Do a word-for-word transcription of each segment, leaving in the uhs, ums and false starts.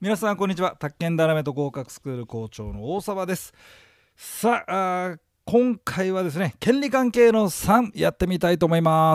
皆さんこんにちは。宅建ダラメと合格スクール校長の大沢です。さあ、あ今回はですね、権利関係のさんやってみたいと思います。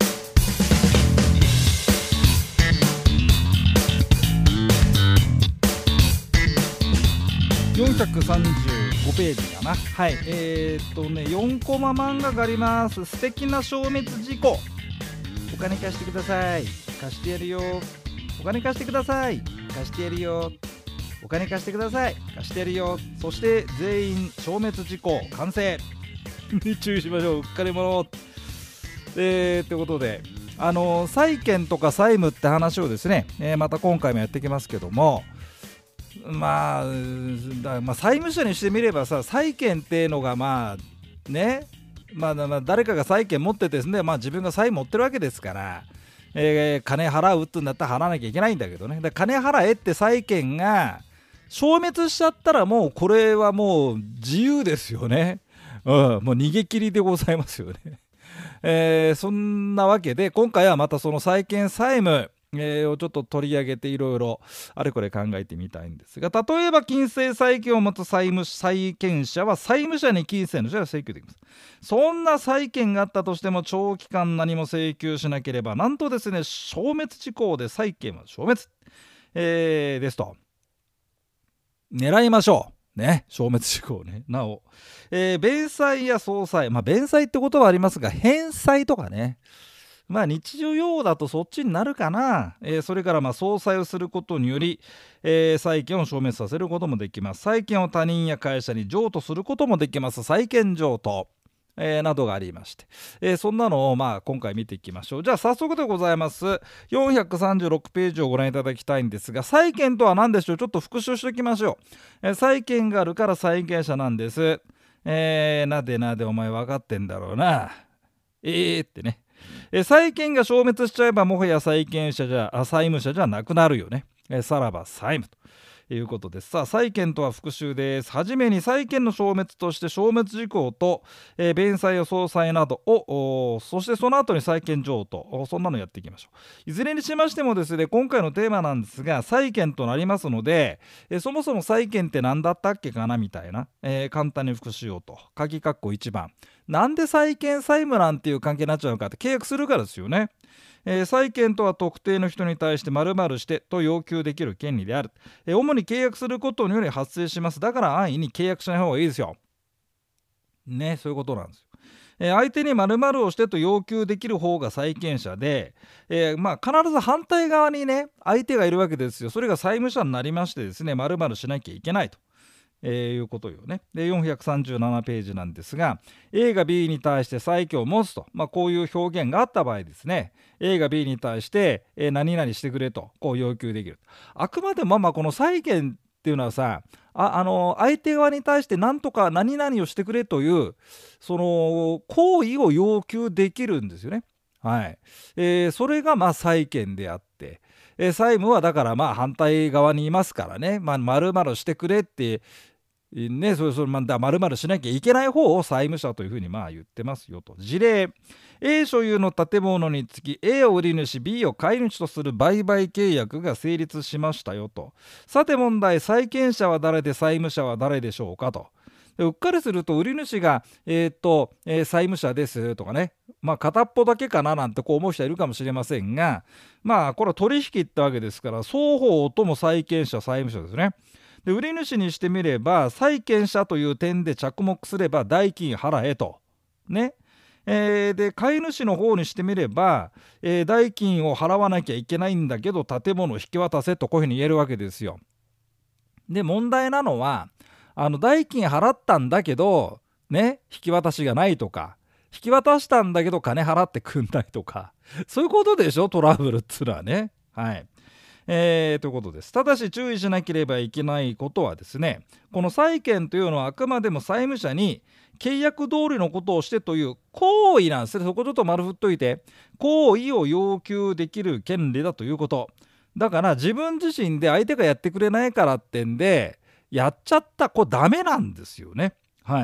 よんひゃくさんじゅうごページかな。はい、えー、っとねよんコマ漫画があります。素敵な消滅事故。お金貸してください。貸してやるよ。お金貸してください。貸してやるよ。お金貸してください。貸してやるよ。そして全員消滅事故完成に注意しましょう。うっかり者。えー、ということで、あの債権とか債務って話をですね、えー、また今回もやってきますけども、まあ、だまあ債務者にしてみればさ、債権っていうのがまあね、まあ、まあ誰かが債権持っててですね、まあ自分が債持ってるわけですから、えー、金払うってんだったら払わなきゃいけないんだけどね。だ金払えって債権が消滅しちゃったら、もうこれはもう自由ですよね。うん、もう逃げ切りでございますよね。えー、そんなわけで今回はまたその債権債務、えー、をちょっと取り上げていろいろあれこれ考えてみたいんですが、例えば金制債権を持つ債務債権者は債務者に金銭の者が請求できます。そんな債権があったとしても長期間何も請求しなければ、なんとですね、消滅事項で債権は消滅、えー、ですと狙いましょうね。消滅事項ね。なお、えー、弁済や総裁、まあ弁済ってことはありますが、返済とかね、まあ日常用だとそっちになるかな。えー、それからまあ総裁をすることにより、えー、債権を消滅させることもできます。債権を他人や会社に譲渡することもできます。債権譲渡、えー、などがありまして、えー、そんなのをまあ今回見ていきましょう。じゃあ早速でございます。よんひゃくさんじゅうろくページをご覧いただきたいんですが、債権とは何でしょう。ちょっと復習しておきましょう。えー、債権があるから債権者なんです。えー、なでなでお前分かってんだろうな。えーってね。え債権が消滅しちゃえばもはや債権者じゃあ債務者じゃなくなるよね。えさらば債務ということです。さあ、債権とは復習です。はじめに債権の消滅として消滅事項と、えー、弁済や総裁などを、そしてその後に債権譲渡、そんなのやっていきましょう。いずれにしましてもですね、今回のテーマなんですが債権となりますので、えー、そもそも債権って何だったっけかなみたいな、えー、簡単に復習をと。鍵括弧いちばん、なんで債権債務なんていう関係になっちゃうのかって、契約するからですよね。えー、債権とは特定の人に対して〇〇してと要求できる権利である。えー、主に契約することにより発生します。だから安易に契約しない方がいいですよ。ね、そういうことなんですよ。えー、相手に〇〇をしてと要求できる方が債権者で、えー、まあ必ず反対側にね相手がいるわけですよ。それが債務者になりましてですね、〇〇しなきゃいけないと。えー、いうことよね。でよんひゃくさんじゅうななページなんですが、 A が B に対して債権を持つと、まあ、こういう表現があった場合ですね、 A が B に対して、えー、何々してくれとこう要求できる。あくまでもまあこの債権っていうのはさ、あ、あの相手側に対して何とか何々をしてくれというその行為を要求できるんですよね。はい、えー、それがまあ債権であって、えー、債務はだからまあ反対側にいますからね、まあ、丸々してくれってね、それそれまだ丸々しなきゃいけない方を債務者というふうにまあ言ってますよと。事例、 A 所有の建物につき A を売り主 B を買い主とする売買契約が成立しましたよと。さて問題、債権者は誰で債務者は誰でしょうかと。でうっかりすると売り主が、えーっとえー、債務者ですとかね、まあ片っぽだけかななんてこう思う人はいるかもしれませんが、まあこれは取引ってわけですから、双方とも債権者債務者ですね。で売り主にしてみれば債権者という点で着目すれば代金払えとね、えー、で買い主の方にしてみれば、えー、代金を払わなきゃいけないんだけど建物を引き渡せとこういうふうに言えるわけですよ。で問題なのは、あの代金払ったんだけどね引き渡しがないとか、引き渡したんだけど金払ってくんないとか、そういうことでしょ、トラブルっつうのはね。はい、えー、ということです。ただし注意しなければいけないことはですね、この債権というのはあくまでも債務者に契約通りのことをしてという行為なんですね。そこちょっと丸振っといて、行為を要求できる権利だということ。だから自分自身で相手がやってくれないからってんでやっちゃった、これダメなんですよね。はい、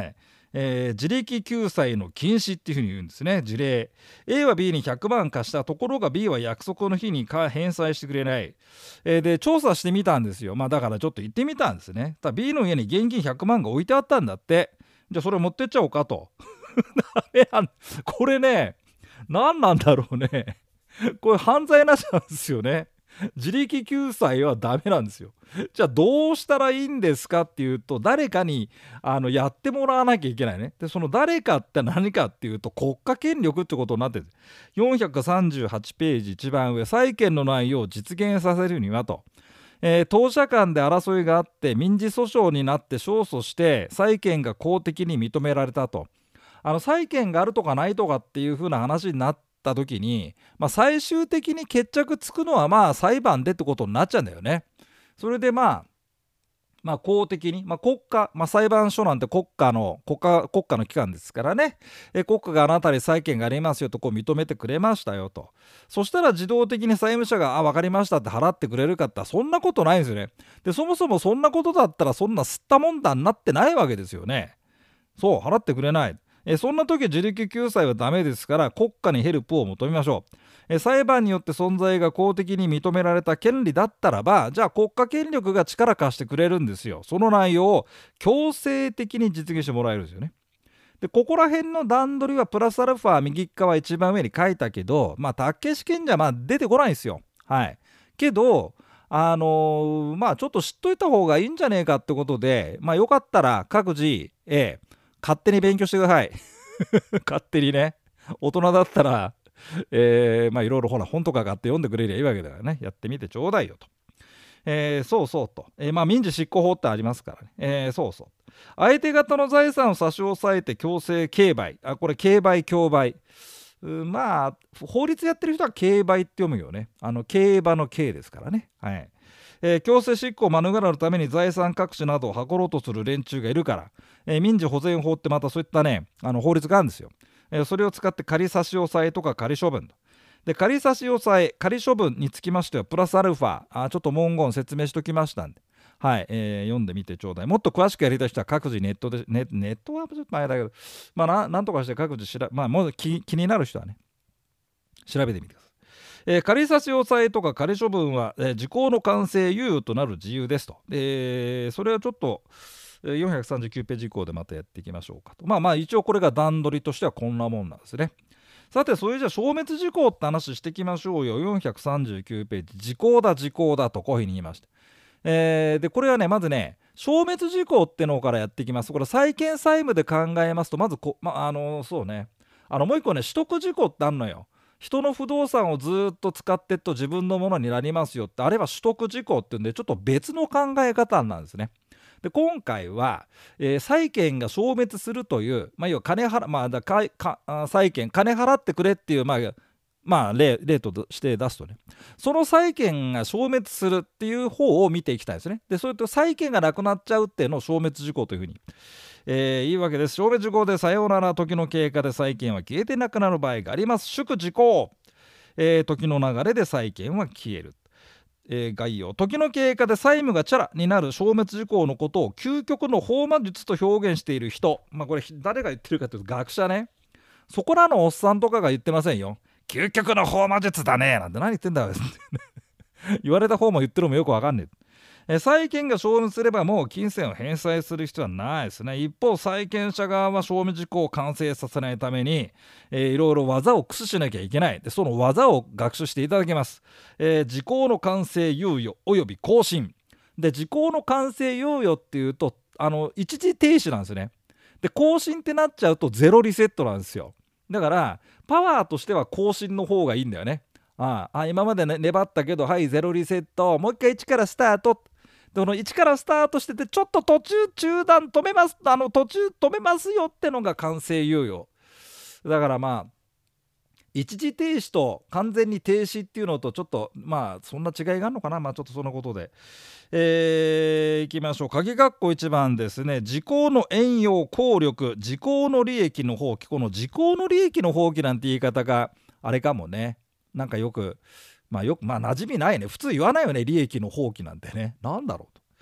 えー自力救済の禁止っていうふうに言うんですね。事例 A は B にひゃくまん貸したところが B は約束の日にか返済してくれない、えーで調査してみたんですよ。まあだからちょっと行ってみたんですね。ただ B の家に現金ひゃくまんが置いてあったんだって。じゃあそれ持ってっちゃおうかと。ダメなんこれね、何なんだろうね。これ犯罪なしなんですよね。自力救済はダメなんですよ。じゃあどうしたらいいんですかっていうと、誰かにあのやってもらわなきゃいけないね。でその誰かって何かっていうと、国家権力ってことになってる。よんひゃくさんじゅうはちページ一番上、債権の内容を実現させるにはと、えー当社間で争いがあって民事訴訟になって勝訴して債権が公的に認められたと。あの債権があるとかないとかっていう風な話になった時に、まあ、最終的に決着つくのはまあ裁判でってことになっちゃうんだよね。それでまあまあ公的に、まあ、国家、まあ、裁判所なんて国家の国家国家の機関ですからね、え国家があなたに債権がありますよとこう認めてくれましたよと。そしたら自動的に債務者が「あ分かりました」って払ってくれるかってそんなことないんですよね。でそもそもそんなことだったらそんな吸ったもんだになってないわけですよね。そう払ってくれない。えそんな時自力救済はダメですから、国家にヘルプを求めましょう。え裁判によって存在が公的に認められた権利だったらば、じゃあ国家権力が力貸してくれるんですよ。その内容を強制的に実現してもらえるんですよね。でここら辺の段取りはプラスアルファ右側一番上に書いたけど、まあたけし賢者まあ出てこないんですよ。はい。けどあのーまあちょっと知っといた方がいいんじゃねえかってことで、まあよかったら各自、えー勝手に勉強してください。勝手にね。大人だったら、えーまあいろいろほら本とか買って読んでくれりゃいいわけだからね。やってみてちょうだいよと。えーそうそうと。えーまあ民事執行法ってありますからね。えーそうそう。相手方の財産を差し押さえて強制競売。あ、これ競売競売。うまあ法律やってる人は競売って読むよね。あの競馬の競ですからね。はい。えー強制執行を免れるために財産隠しなどを図ろうとする連中がいるから、えー民事保全法ってまたそういったねあの法律があるんですよ。えーそれを使って仮差し押さえとか仮処分で、仮差し押さえ仮処分につきましてはプラスアルファあちょっと文言説明しときましたんで、はい、えー読んでみてちょうだい。もっと詳しくやりたい人は各自ネットでネネットはちょっと前だけど、まあ な, なんとかして各自しら、まあ、もう 気, 気になる人はね調べてみてください。えー仮差し押さえとか仮処分は、えー時効の完成猶予となる自由ですと。でそれはちょっとえーよんひゃくさんじゅうきゅうページ以降でまたやっていきましょうかと。まあまあ一応これが段取りとしてはこんなもんなんですね。さてそれじゃあ消滅事項って話していきましょうよ。よんひゃくさんじゅうきゅうページ時効だ時効だとこういうふうに言いました。えーでこれはねまずね消滅事項ってのからやっていきます。これ債権債務で考えますとまずこ、まあ、あのそうねあのもう一個ね取得事項ってあんのよ。人の不動産をずっと使ってっと自分のものになりますよってあれは取得事項っていうんでちょっと別の考え方なんですね。で今回は、えー債権が消滅するという、まあ、要は金払、まあ、だかかあ債権金払ってくれっていう、まあまあ、例, 例として出すとねその債権が消滅するっていう方を見ていきたいですね。でそれと債権がなくなっちゃうっていうのを消滅事項というふうに、えー、いいわけです。消滅事項でさようなら時の経過で債権は消えてなくなる場合があります。祝事項、えー、時の流れで債権は消える。えー概要時の経過で債務がチャラになる消滅事項のことを究極の法魔術と表現している人、まあこれ誰が言ってるかというと学者ね。そこらのおっさんとかが言ってませんよ。究極の法魔術だねなんて何言ってんだよ言われた方も言ってるのもよくわかんねえ。え債権が消滅すればもう金銭を返済する必要はないですね。一方債権者側は消滅事項を完成させないために、えー、いろいろ技を駆使しなきゃいけない。でその技を学習していただきます。えー、時効の完成猶予および更新で、時効の完成猶予っていうとあの一時停止なんですね。で更新ってなっちゃうとゼロリセットなんですよ。だからパワーとしては更新の方がいいんだよね。ああ今まで、ね、粘ったけどはいゼロリセットもう一回いちからスタート。でこのいちからスタートしててちょっと途中中断止めますあの途中止めますよってのが完成猶予だからまあ一時停止と完全に停止っていうのとちょっとまあそんな違いがあるのかな。まあちょっとそのことでえー、いきましょう。鍵括弧いちばんですね。時効の遠用効力時効の利益の放棄。この時効の利益の放棄なんて言い方があれかもね。なんかよくまあよくまあ馴染みないね。普通言わないよね利益の放棄なんてね。なんだろうと。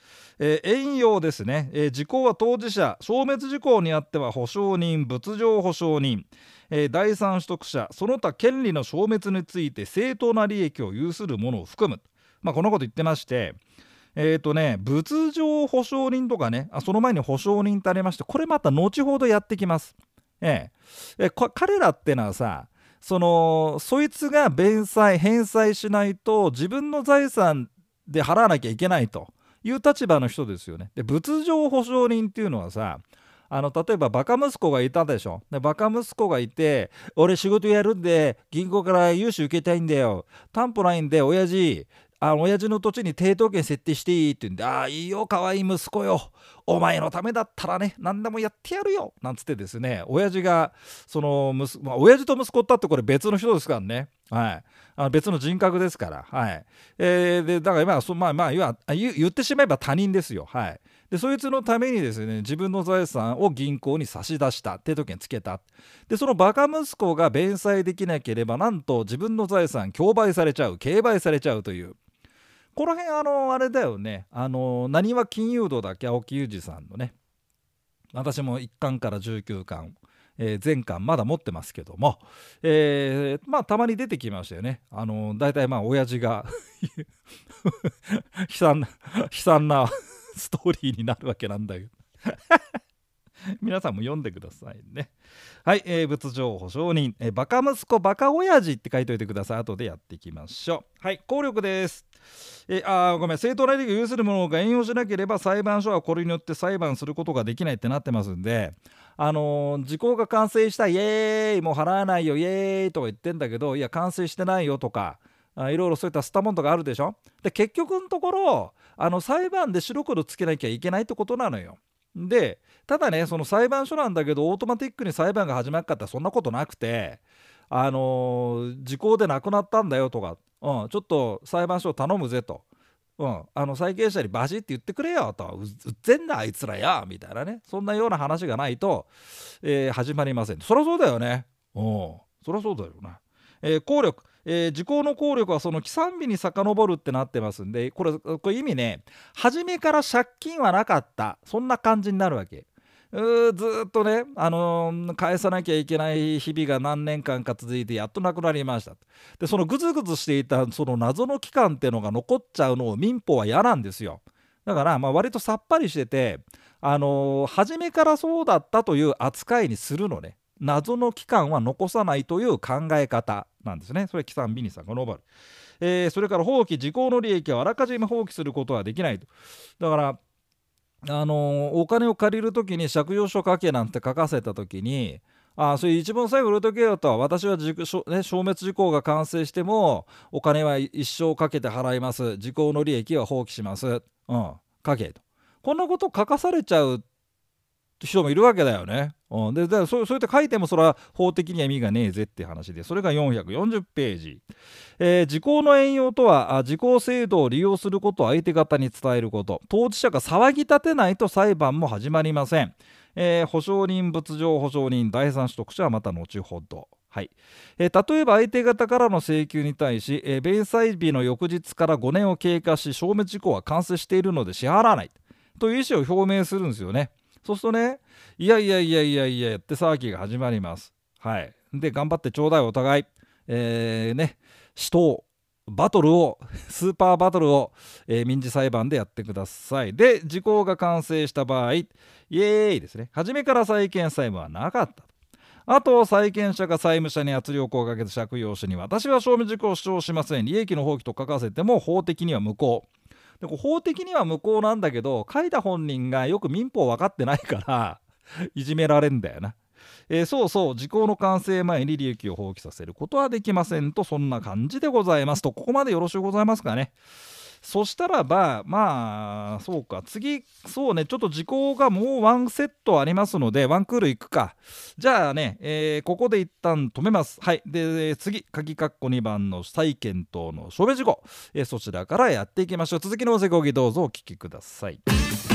えー、遠用ですね、えー、時効は当事者、消滅時効にあっては保証人、物情保証人、えー、第三取得者、その他権利の消滅について正当な利益を有するものを含む、まあ、このこと言ってまして、えーとね、物情保証人とかね、あその前に保証人ってありまして、これまた後ほどやってきます。えー、えー、彼らってのはさ、そのそいつが弁済返済しないと自分の財産で払わなきゃいけないという立場の人ですよね。で、物情保証人っていうのはさ、あの例えばバカ息子がいたでしょ。でバカ息子がいて、俺仕事やるんで銀行から融資受けたいんだよ、担保ないんで親父あの親父の土地に抵当権設定していいって言うんで、ああいいよ可愛い息子よ、お前のためだったらね何でもやってやるよなんつってですね、親父がその息、まあ、親父と息子だってこれ別の人ですからね、はい、あの別の人格ですから、はい、えー、でだから今そまあまあ 言, 言ってしまえば他人ですよ、はい。でそいつのためにですね、自分の財産を銀行に差し出した、抵当権つけた。でそのバカ息子が弁済できなければ、なんと自分の財産競売されちゃう、競売されちゃうという、この辺あのあれだよね、あのなにわ金融道だっけ、青木裕二さんのね、私もいっかんからじゅうきゅうかん、えー、全巻まだ持ってますけども、えー、まあたまに出てきましたよね。あのだいたいまあ親父が悲惨な悲惨なストーリーになるわけなんだけど皆さんも読んでくださいね。はい、えー、物情保証人、えー、バカ息子バカ親父って書いといてください。後でやっていきましょう。はい、効力です。えー、あごめん正当な利益を有するものが援用しなければ裁判所はこれによって裁判することができないってなってますんで、あのー、時効が完成したイエーイもう払わないよイエーイとか言ってんだけど、いや完成してないよとか、あいろいろそういったスタモンとかあるでしょ。で結局のところあの裁判で白黒つけなきゃいけないってことなのよ。でただね、その裁判所なんだけどオートマティックに裁判が始まるかってそんなことなくて、あのー、時効で亡くなったんだよとか、うん、ちょっと裁判所を頼むぜと、うん、あの債権者にバシッて言ってくれよと、ううっぜんなあいつらやみたいなね、そんなような話がないと、えー、始まりません。そりゃそうだよね、うん、そりゃそうだよな。えー、効力、えー、時効の効力はその起算日に遡るってなってますんで、これこれ意味ね、初めから借金はなかった、そんな感じになるわけ。うずっとね、あのー、返さなきゃいけない日々が何年間か続いてやっとなくなりました。でそのグズグズしていたその謎の期間っていうのが残っちゃうのを民法は嫌なんですよ。だからまあ割とさっぱりしてて、あのー、初めからそうだったという扱いにするのね。謎の期間は残さないという考え方なんですね。それ起算日に遡る、えー、それから放棄、時効の利益はあらかじめ放棄することはできないと。だからあのー、お金を借りるときに借用書書けなんて書かせたときに、あそれ一番最後売るとけよと、私はじ、ね、消滅時効が完成してもお金は一生かけて払います、時効の利益は放棄します、うん、書けと、こんなこと書かされちゃう人もいるわけだよね。うん、でだそう、そうやって書いてもそれは法的には意味がねえぜって話で、それがよんひゃくよんじゅっページ。えー、時効の援用とは、時効制度を利用することを相手方に伝えること。当事者が騒ぎ立てないと裁判も始まりません。えー、保証人、物情保証人、第三取得者はまた後ほど。はい、えー、例えば相手方からの請求に対し、えー、弁済日の翌日からごねんを経過し消滅時効は完成しているので支払わないという意思を表明するんですよね。そうするとね、いやいやいやいやいやって騒ぎが始まります。はい。で、頑張ってちょうだいお互い。えー、ね、死闘、バトルを、スーパーバトルを、えー、民事裁判でやってください。で、時効が完成した場合、イエーイですね。初めから債権債務はなかった。あと、債権者が債務者に圧力をかけて借用紙に、私は消滅時効を主張しません、利益の放棄と書かせても法的には無効。で法的には無効なんだけど、書いた本人がよく民法分かってないからいじめられんだよな。えー、そうそう、時効の完成前に利益を放棄させることはできませんと、そんな感じでございますと。ここまでよろしゅうございますかね。そしたらば、まあそうか、次そうね、ちょっと時効がもうワンセットありますのでワンクールいくか。じゃあね、えー、ここで一旦止めます。はい。で次、鍵括弧にばんの債権等の消滅事項、えー、そちらからやっていきましょう。続きのおせごぎどうぞお聞きください。